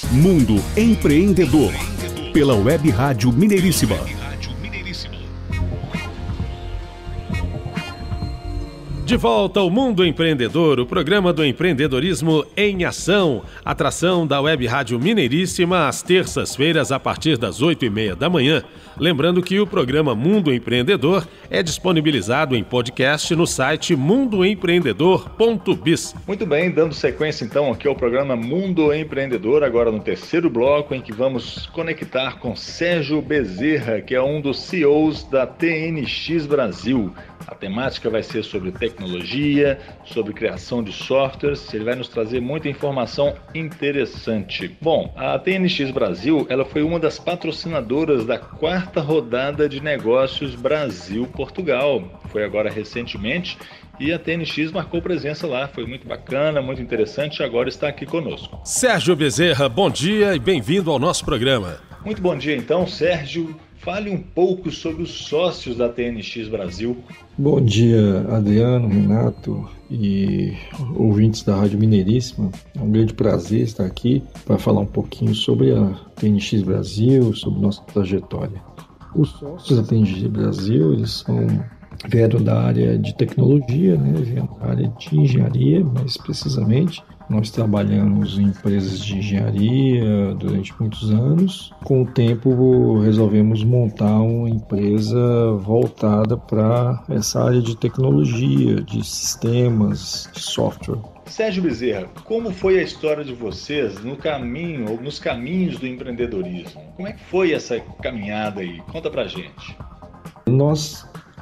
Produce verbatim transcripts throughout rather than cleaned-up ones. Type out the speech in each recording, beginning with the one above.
Mundo Empreendedor, pela Web Rádio Mineiríssima. De volta ao Mundo Empreendedor, o programa do empreendedorismo em ação. Atração da Web Rádio Mineiríssima às terças-feiras a partir das oito e meia da manhã. Lembrando que o programa Mundo Empreendedor é disponibilizado em podcast no site mundo empreendedor ponto biz. Muito bem, dando sequência então aqui ao programa Mundo Empreendedor, agora no terceiro bloco em que vamos conectar com Sérgio Bezerra, que é um dos C E Os da T N X Brasil. A temática vai ser sobre tecnologia, sobre criação de softwares. Ele vai nos trazer muita informação interessante. Bom, a T N X Brasil, ela foi uma das patrocinadoras da quarta rodada de negócios Brasil-Portugal. Foi agora recentemente e a T N X marcou presença lá. Foi muito bacana, muito interessante e agora está aqui conosco. Sérgio Bezerra, bom dia e bem-vindo ao nosso programa. Muito bom dia então, Sérgio. Fale um pouco sobre os sócios da T N X Brasil. Bom dia, Adriano, Renato e ouvintes da Rádio Mineiríssima. É um grande prazer estar aqui para falar um pouquinho sobre a T N X Brasil, sobre nossa trajetória. Os sócios da T N X Brasil, eles são, vieram da área de tecnologia, né? Vieram da área de engenharia, mais precisamente. Nós trabalhamos em empresas de engenharia durante muitos anos. Com o tempo, resolvemos montar uma empresa voltada para essa área de tecnologia, de sistemas, de software. Sérgio Bezerra, como foi a história de vocês no caminho, ou nos caminhos do empreendedorismo? Como é que foi essa caminhada aí? Conta pra gente. Nós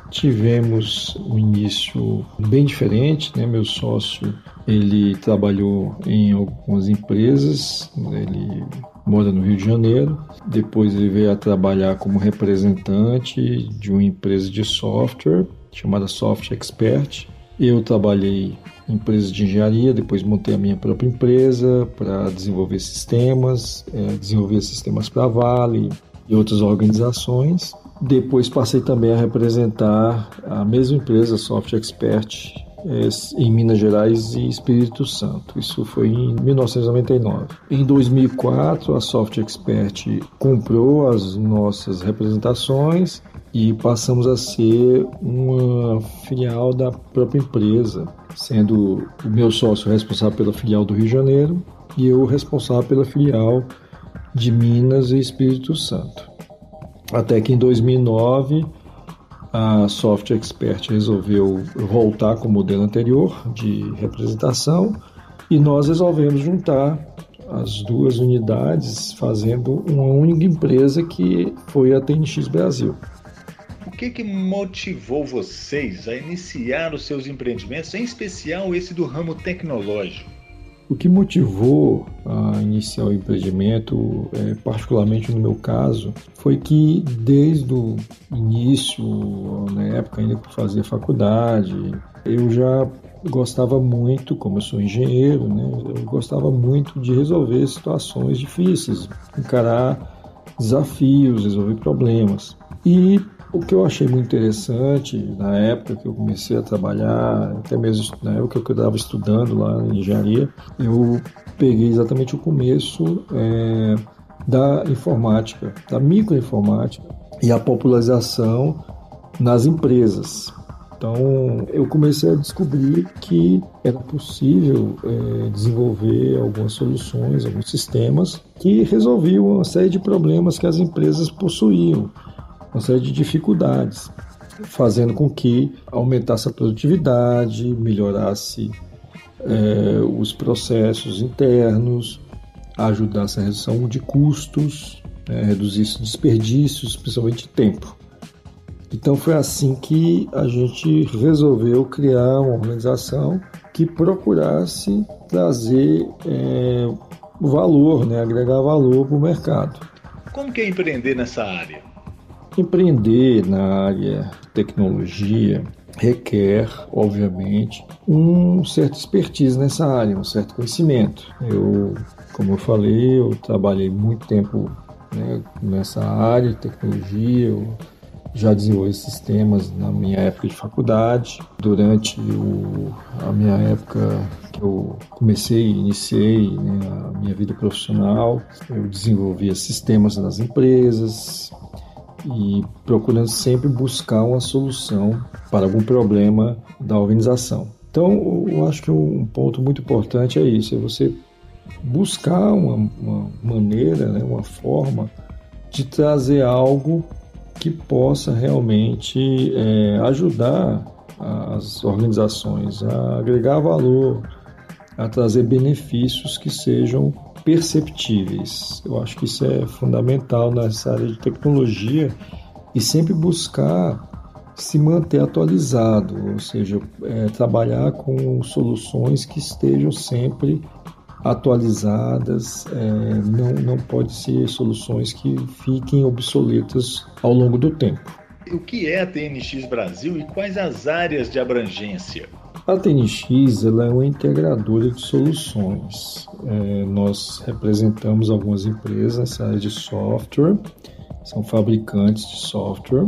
tivemos um início bem diferente, né? Meu sócio, ele trabalhou em algumas empresas, ele mora no Rio de Janeiro, depois ele veio a trabalhar como representante de uma empresa de software chamada Soft Expert. Eu trabalhei em empresas de engenharia, depois montei a minha própria empresa para desenvolver sistemas, é, desenvolver sistemas para a Vale e outras organizações. Depois passei também a representar a mesma empresa, Soft Expert, em Minas Gerais e Espírito Santo. Isso foi em mil novecentos e noventa e nove. Em dois mil e quatro, a Soft Expert comprou as nossas representações e passamos a ser uma filial da própria empresa, sendo o meu sócio responsável pela filial do Rio de Janeiro e eu responsável pela filial de Minas e Espírito Santo. Até que em dois mil e nove a Soft Expert resolveu voltar com o modelo anterior de representação e nós resolvemos juntar as duas unidades fazendo uma única empresa que foi a T N X Brasil. O que que motivou vocês a iniciar os seus empreendimentos, em especial esse do ramo tecnológico? O que motivou a iniciar o empreendimento, é, particularmente no meu caso, foi que desde o início, na época ainda que eu fazia faculdade, eu já gostava muito, como eu sou engenheiro, né, eu gostava muito de resolver situações difíceis, encarar desafios, resolver problemas. E o que eu achei muito interessante na época que eu comecei a trabalhar, até mesmo na época que eu estava estudando lá em engenharia, eu peguei exatamente o começo é, da informática, da microinformática e a popularização nas empresas. Então eu comecei a descobrir que era possível é, desenvolver algumas soluções, alguns sistemas que resolviam uma série de problemas que as empresas possuíam, uma série de dificuldades, fazendo com que aumentasse a produtividade, melhorasse é, os processos internos, ajudasse a redução de custos, é, reduzisse desperdícios, principalmente tempo. Então foi assim que a gente resolveu criar uma organização que procurasse trazer é, valor, né, agregar valor para o mercado. Como que é empreender nessa área? Empreender na área de tecnologia requer, obviamente, um certo expertise nessa área, um certo conhecimento. Eu, como eu falei, eu trabalhei muito tempo, né, nessa área de tecnologia, eu já desenvolvi sistemas na minha época de faculdade. Durante o, a minha época que eu comecei, iniciei, né, a minha vida profissional, eu desenvolvia sistemas nas empresas e procurando sempre buscar uma solução para algum problema da organização. Então, eu acho que um ponto muito importante é isso, é você buscar uma, uma maneira, né, uma forma de trazer algo que possa realmente é, ajudar as organizações a agregar valor, a trazer benefícios que sejam perceptíveis. Eu acho que isso é fundamental nessa área de tecnologia e sempre buscar se manter atualizado, ou seja, é, trabalhar com soluções que estejam sempre atualizadas, é, não, não pode ser soluções que fiquem obsoletas ao longo do tempo. O que é a T N X Brasil e quais as áreas de abrangência? A T N X ela é uma integradora de soluções. É, nós representamos algumas empresas nessa área de software, são fabricantes de software,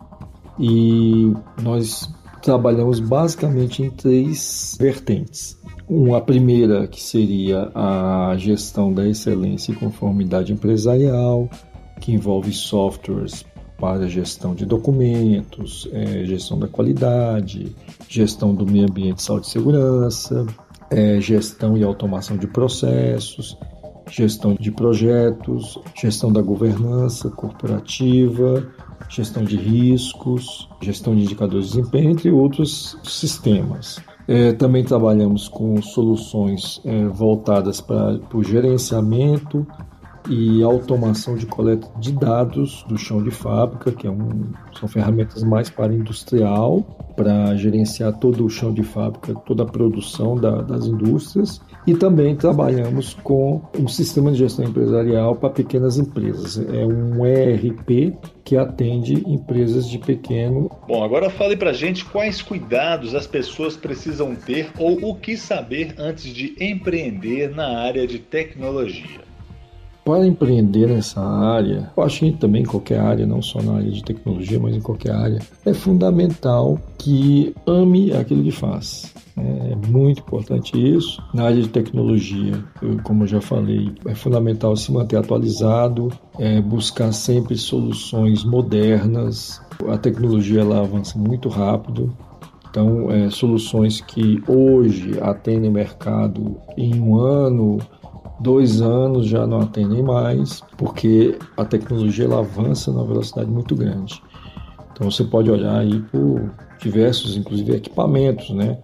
e nós trabalhamos basicamente em três vertentes. Uma primeira que seria a gestão da excelência e conformidade empresarial, que envolve softwares para gestão de documentos, é, gestão da qualidade, gestão do meio ambiente, saúde e segurança, é, gestão e automação de processos, gestão de projetos, gestão da governança corporativa, gestão de riscos, gestão de indicadores de desempenho, entre outros sistemas. É, também trabalhamos com soluções é, voltadas para o gerenciamento e automação de coleta de dados do chão de fábrica, que é um, são ferramentas mais para industrial, para gerenciar todo o chão de fábrica, toda a produção da, das indústrias. E também trabalhamos com um sistema de gestão empresarial para pequenas empresas. É um E R P que atende empresas de pequeno. Bom, agora fale para a gente quais cuidados as pessoas precisam ter ou o que saber antes de empreender na área de tecnologia. Para empreender nessa área, eu acho que também em qualquer área, não só na área de tecnologia, mas em qualquer área, é fundamental que ame aquilo que faz. É muito importante isso. Na área de tecnologia, eu, como eu já falei, é fundamental se manter atualizado, é buscar sempre soluções modernas. A tecnologia ela avança muito rápido. Então, é, soluções que hoje atendem mercado em um ano, dois anos já não atendem mais, porque a tecnologia ela avança numa velocidade muito grande. Então você pode olhar aí por diversos, inclusive equipamentos, né?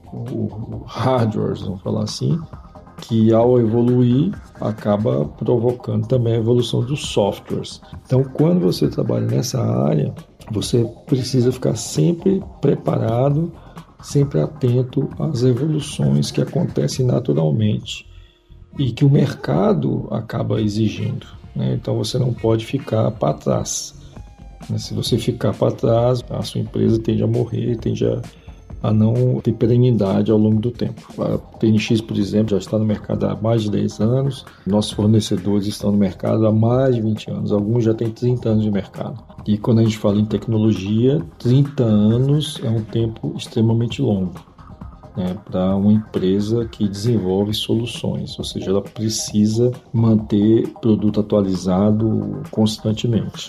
O hardware, vamos falar assim, que ao evoluir acaba provocando também a evolução dos softwares. Então quando você trabalha nessa área, você precisa ficar sempre preparado, sempre atento às evoluções que acontecem naturalmente e que o mercado acaba exigindo, né? Então você não pode ficar para trás. Se você ficar para trás, a sua empresa tende a morrer, tende a, a não ter perenidade ao longo do tempo. A T N X, por exemplo, já está no mercado há mais de dez anos, nossos fornecedores estão no mercado há mais de vinte anos, alguns já têm trinta anos de mercado. E quando a gente fala em tecnologia, trinta anos é um tempo extremamente longo, né, para uma empresa que desenvolve soluções, ou seja, ela precisa manter produto atualizado constantemente.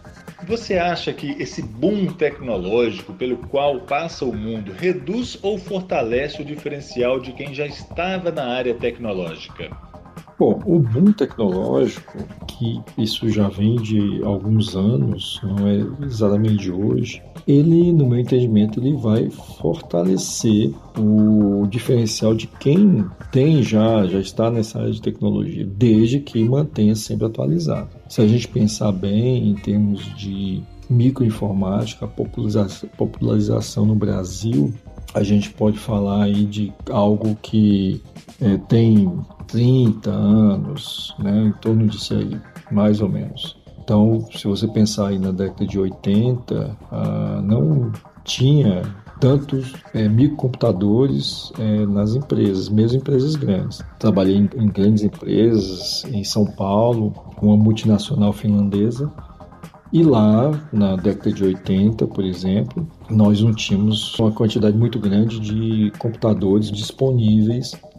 Você acha que esse boom tecnológico pelo qual passa o mundo reduz ou fortalece o diferencial de quem já estava na área tecnológica? Bom, o boom tecnológico, que isso já vem de alguns anos, não é exatamente de hoje, ele, no meu entendimento, ele vai fortalecer o diferencial de quem tem já, já está nessa área de tecnologia, desde que mantenha sempre atualizado. Se a gente pensar bem em termos de microinformática, popularização, popularização no Brasil, a gente pode falar aí de algo que é, tem trinta anos, né, em torno disso aí, mais ou menos. Então, se você pensar aí na década de oitenta, ah, não tinha tantos é, microcomputadores é, nas empresas, mesmo empresas grandes. Trabalhei em, em grandes empresas, em São Paulo, uma multinacional finlandesa, e lá, na década de oitenta, por exemplo, nós não tínhamos uma quantidade muito grande de computadores disponíveis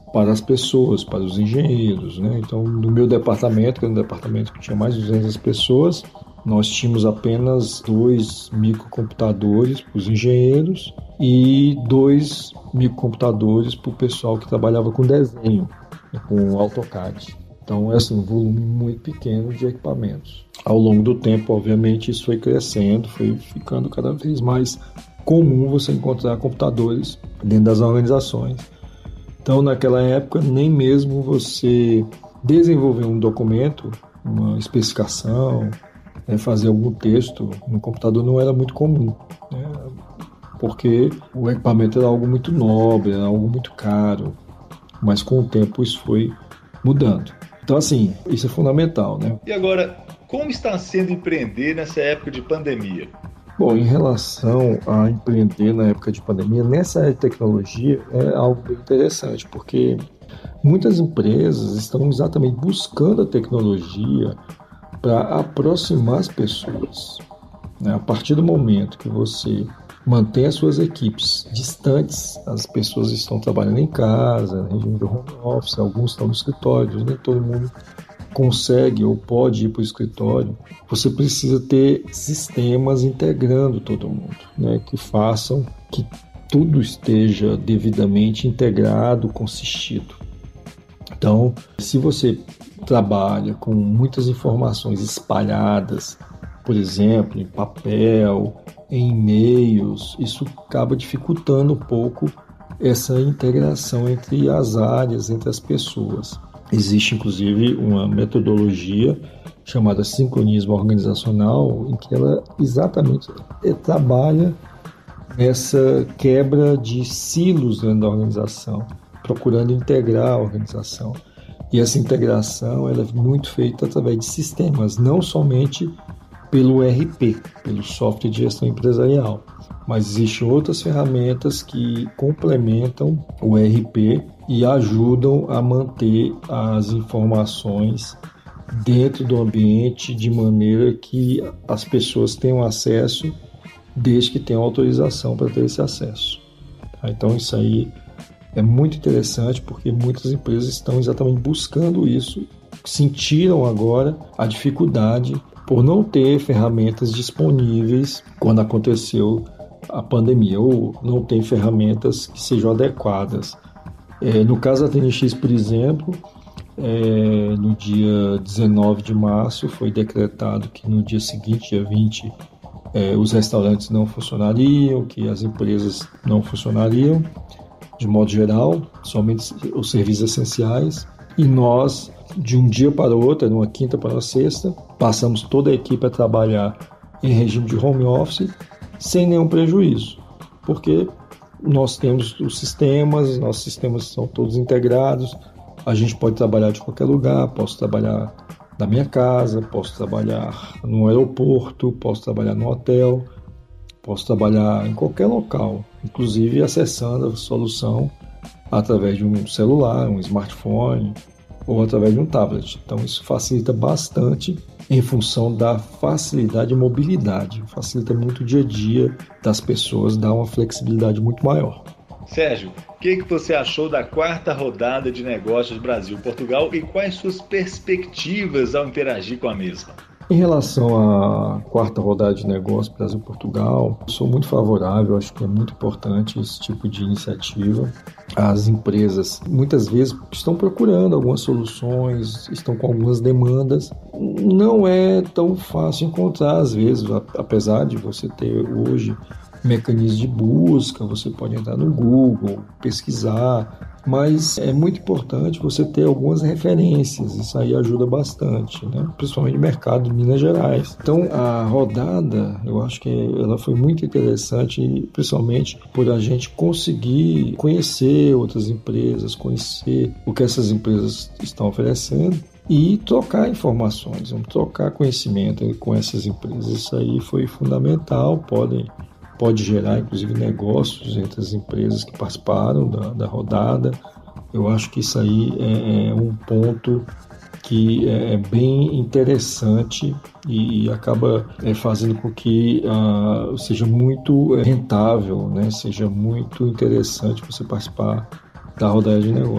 para as pessoas, para os engenheiros, né? Então, no meu departamento, que era um departamento que tinha mais de duzentas pessoas, nós tínhamos apenas dois microcomputadores para os engenheiros e dois microcomputadores para o pessoal que trabalhava com desenho, com AutoCAD. Então, é assim, um volume muito pequeno de equipamentos. Ao longo do tempo, obviamente, isso foi crescendo, foi ficando cada vez mais comum você encontrar computadores dentro das organizações. Então, naquela época, nem mesmo você desenvolver um documento, uma especificação, né, fazer algum texto no computador não era muito comum, né, porque o equipamento era algo muito nobre, era algo muito caro, mas com o tempo isso foi mudando. Então, assim, isso é fundamental, né? E agora, como está sendo empreender nessa época de pandemia? Bom, em relação a empreender na época de pandemia, nessa área de tecnologia é algo bem interessante, porque muitas empresas estão exatamente buscando a tecnologia para aproximar as pessoas, né? A partir do momento que você mantém as suas equipes distantes, as pessoas estão trabalhando em casa, em regime de home office, alguns estão no escritório, nem todo mundo consegue ou pode ir para o escritório. Você precisa ter sistemas integrando todo mundo, né, que façam que tudo esteja devidamente integrado, consistido. Então, se você trabalha com muitas informações espalhadas, por exemplo, em papel, em e-mails, isso acaba dificultando um pouco essa integração entre as áreas, entre as pessoas. Existe, inclusive, uma metodologia chamada sincronismo organizacional, em que ela exatamente trabalha essa quebra de silos dentro da organização, procurando integrar a organização. E essa integração ela é muito feita através de sistemas, não somente pelo E R P, pelo software de gestão empresarial, mas existem outras ferramentas que complementam o E R P e ajudam a manter as informações dentro do ambiente de maneira que as pessoas tenham acesso, desde que tenham autorização para ter esse acesso. Então isso aí é muito interessante, porque muitas empresas estão exatamente buscando isso, sentiram agora a dificuldade por não ter ferramentas disponíveis quando aconteceu a pandemia, ou não tem ferramentas que sejam adequadas. É, no caso da T N X, por exemplo, é, no dia dezenove de março foi decretado que no dia seguinte, dia vinte, é, os restaurantes não funcionariam, que as empresas não funcionariam, de modo geral, somente os serviços essenciais. E nós, de um dia para o outro, de uma quinta para uma sexta, passamos toda a equipe a trabalhar em regime de home office sem nenhum prejuízo, porque nós temos os sistemas, nossos sistemas são todos integrados, a gente pode trabalhar de qualquer lugar, posso trabalhar da minha casa, posso trabalhar no aeroporto, posso trabalhar no hotel, posso trabalhar em qualquer local, inclusive acessando a solução através de um celular, um smartphone ou através de um tablet. Então isso facilita bastante em função da facilidade e mobilidade, facilita muito o dia a dia das pessoas, dá uma flexibilidade muito maior. Sérgio, o que, que você achou da quarta rodada de negócios Brasil-Portugal e quais suas perspectivas ao interagir com a mesma? Em relação à quarta rodada de negócios Brasil-Portugal, sou muito favorável, acho que é muito importante esse tipo de iniciativa. As empresas, muitas vezes, estão procurando algumas soluções, estão com algumas demandas. Não é tão fácil encontrar, às vezes, apesar de você ter hoje mecanismos de busca, você pode entrar no Google, pesquisar, mas é muito importante você ter algumas referências, isso aí ajuda bastante, né? Principalmente no mercado de Minas Gerais. Então a rodada, eu acho que ela foi muito interessante, principalmente por a gente conseguir conhecer outras empresas, conhecer o que essas empresas estão oferecendo e trocar informações, trocar conhecimento com essas empresas. Isso aí foi fundamental, podem pode gerar, inclusive, negócios entre as empresas que participaram da, da rodada. Eu acho que isso aí é, é um ponto que é bem interessante e, e acaba é, fazendo com que uh, seja muito rentável, né? Seja muito interessante você participar da rodada de negócio.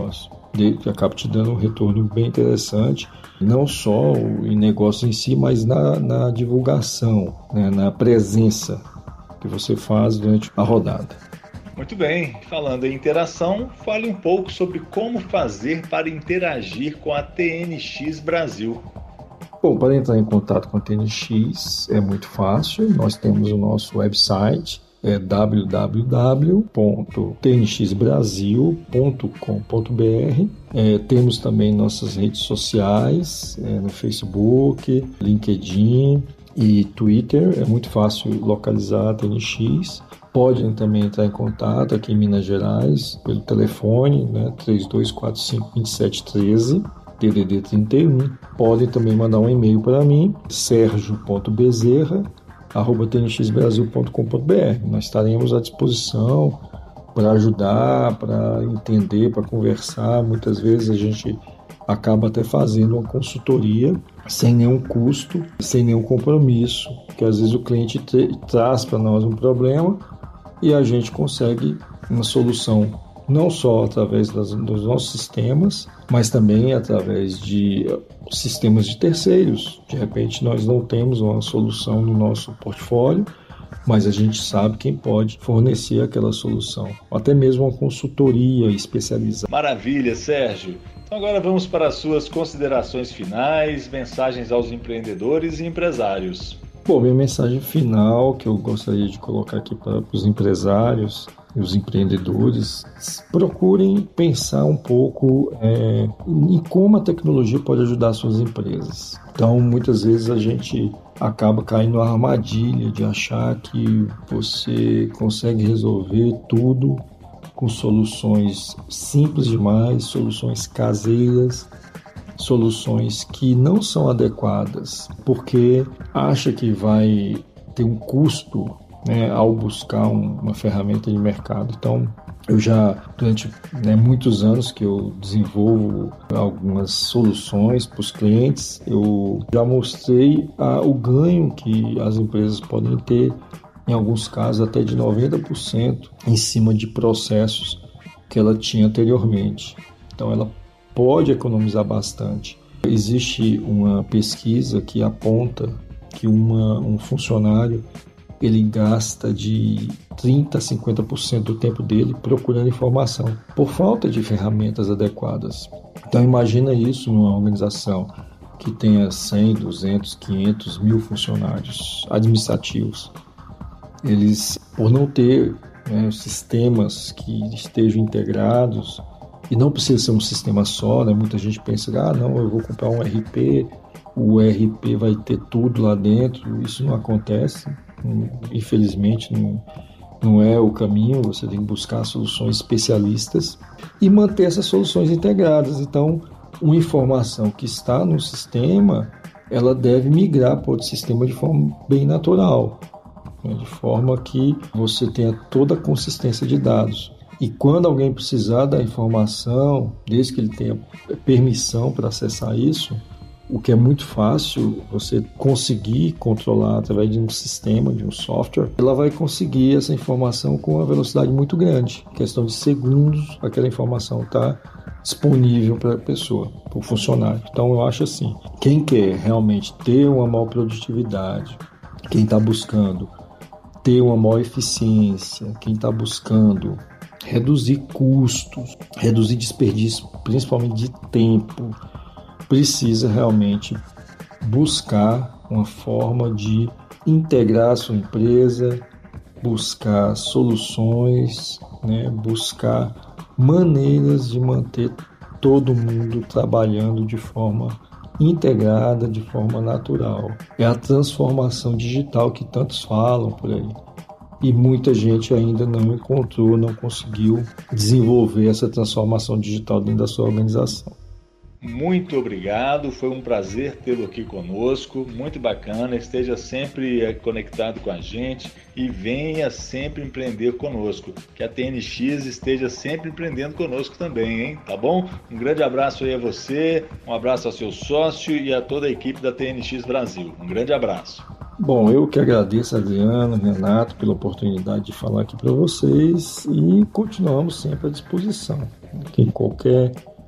de, que acaba te dando um retorno bem interessante, não só em negócio em si, mas na, na divulgação, né, na presença que você faz durante a rodada. Muito bem, falando em interação, fale um pouco sobre como fazer para interagir com a T N X Brasil. Bom, para entrar em contato com a T N X é muito fácil, nós temos o nosso website, é w w w ponto t n x brasil ponto com ponto b r. É, temos também nossas redes sociais, é, no Facebook, LinkedIn e Twitter. É muito fácil localizar a T N X. Podem também entrar em contato aqui em Minas Gerais pelo telefone, né, três dois quatro cinco, dois sete um três, D D D trinta e um. Podem também mandar um e-mail para mim, sergio ponto bezerra arroba t n x brasil ponto com ponto b r. Nós estaremos à disposição para ajudar, para entender, para conversar. Muitas vezes a gente acaba até fazendo uma consultoria sem nenhum custo, sem nenhum compromisso, que às vezes o cliente te, traz para nós um problema e a gente consegue uma solução não só através das, dos nossos sistemas, mas também através de sistemas de terceiros. De repente nós não temos uma solução no nosso portfólio, mas a gente sabe quem pode fornecer aquela solução. Até mesmo uma consultoria especializada. Maravilha, Sérgio. Então agora vamos para as suas considerações finais, mensagens aos empreendedores e empresários. Bom, minha mensagem final que eu gostaria de colocar aqui para os empresários e os empreendedores: procurem pensar um pouco é, em como a tecnologia pode ajudar as suas empresas. Então, muitas vezes a gente acaba caindo na armadilha de achar que você consegue resolver tudo com soluções simples demais, soluções caseiras, soluções que não são adequadas, porque acha que vai ter um custo, né, ao buscar um, uma ferramenta de mercado. Então, eu já, durante né, muitos anos que eu desenvolvo algumas soluções para os clientes, eu já mostrei a, o ganho que as empresas podem ter, em alguns casos até de noventa por cento em cima de processos que ela tinha anteriormente. Então, ela pode economizar bastante. Existe uma pesquisa que aponta que uma, um funcionário ele gasta de trinta a cinquenta por cento do tempo dele procurando informação, por falta de ferramentas adequadas. Então imagina isso numa organização que tenha cem, duzentos, quinhentos mil funcionários administrativos. Eles, por não ter né, sistemas que estejam integrados, e não precisa ser um sistema só, né? Muita gente pensa, ah, não, eu vou comprar um R P, o R P vai ter tudo lá dentro. Isso não acontece. Infelizmente não, não é o caminho. Você tem que buscar soluções especialistas e manter essas soluções integradas. Então, uma informação que está no sistema, ela deve migrar para outro sistema de forma bem natural, né? De forma que você tenha toda a consistência de dados. E quando alguém precisar da informação, desde que ele tenha permissão para acessar isso, o que é muito fácil você conseguir controlar através de um sistema, de um software, ela vai conseguir essa informação com uma velocidade muito grande. Em questão de segundos, aquela informação está disponível para a pessoa, para o funcionário. Então eu acho assim, quem quer realmente ter uma maior produtividade, quem está buscando ter uma maior eficiência, quem está buscando reduzir custos, reduzir desperdício, principalmente de tempo, precisa realmente buscar uma forma de integrar a sua empresa, buscar soluções, né, buscar maneiras de manter todo mundo trabalhando de forma integrada, de forma natural. É a transformação digital que tantos falam por aí. E muita gente ainda não encontrou, não conseguiu desenvolver essa transformação digital dentro da sua organização. Muito obrigado, foi um prazer tê-lo aqui conosco, muito bacana, esteja sempre conectado com a gente e venha sempre empreender conosco, que a T N X esteja sempre empreendendo conosco também, hein? Tá bom? Um grande abraço aí a você, um abraço ao seu sócio e a toda a equipe da T N X Brasil. Um grande abraço. Bom, eu que agradeço, Adriano, Renato, pela oportunidade de falar aqui para vocês e continuamos sempre à disposição. Em qualquer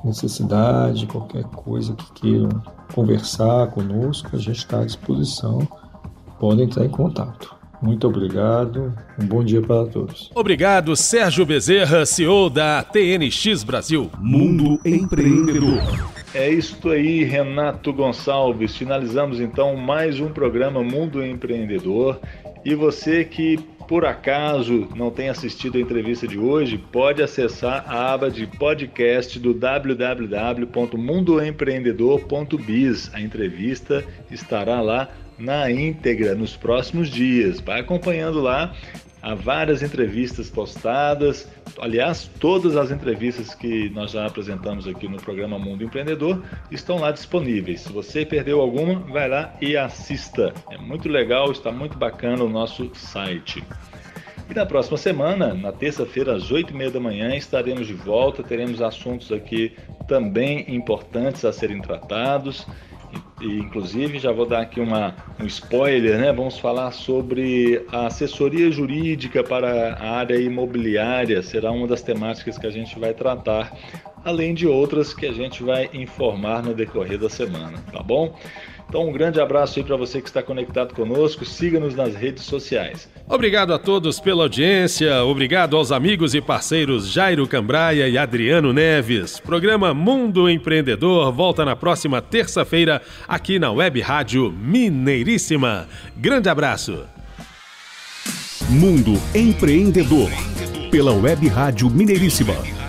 necessidade, qualquer coisa que queiram conversar conosco, a gente está à disposição. Podem entrar em contato. Muito obrigado, um bom dia para todos. Obrigado, Sérgio Bezerra, C E O da T N X Brasil. Mundo Empreendedor. É isso aí, Renato Gonçalves. Finalizamos então mais um programa Mundo Empreendedor. E você que por acaso não tem assistido a entrevista de hoje, pode acessar a aba de podcast do w w w ponto mundo empreendedor ponto biz. A entrevista estará lá na íntegra nos próximos dias. Vai acompanhando lá, há várias entrevistas postadas. Aliás, todas as entrevistas que nós já apresentamos aqui no programa Mundo Empreendedor estão lá disponíveis. Se você perdeu alguma, vai lá e assista. É muito legal, está muito bacana o nosso site. E na próxima semana, na terça-feira, às oito e meia da manhã, estaremos de volta. Teremos assuntos aqui também importantes a serem tratados. E, inclusive, já vou dar aqui uma, um spoiler, né? Vamos falar sobre a assessoria jurídica para a área imobiliária. Será uma das temáticas que a gente vai tratar, além de outras que a gente vai informar no decorrer da semana, tá bom? Então, um grande abraço aí para você que está conectado conosco. Siga-nos nas redes sociais. Obrigado a todos pela audiência. Obrigado aos amigos e parceiros Jairo Cambraia e Adriano Neves. Programa Mundo Empreendedor volta na próxima terça-feira aqui na Web Rádio Mineiríssima. Grande abraço. Mundo Empreendedor pela Web Rádio Mineiríssima.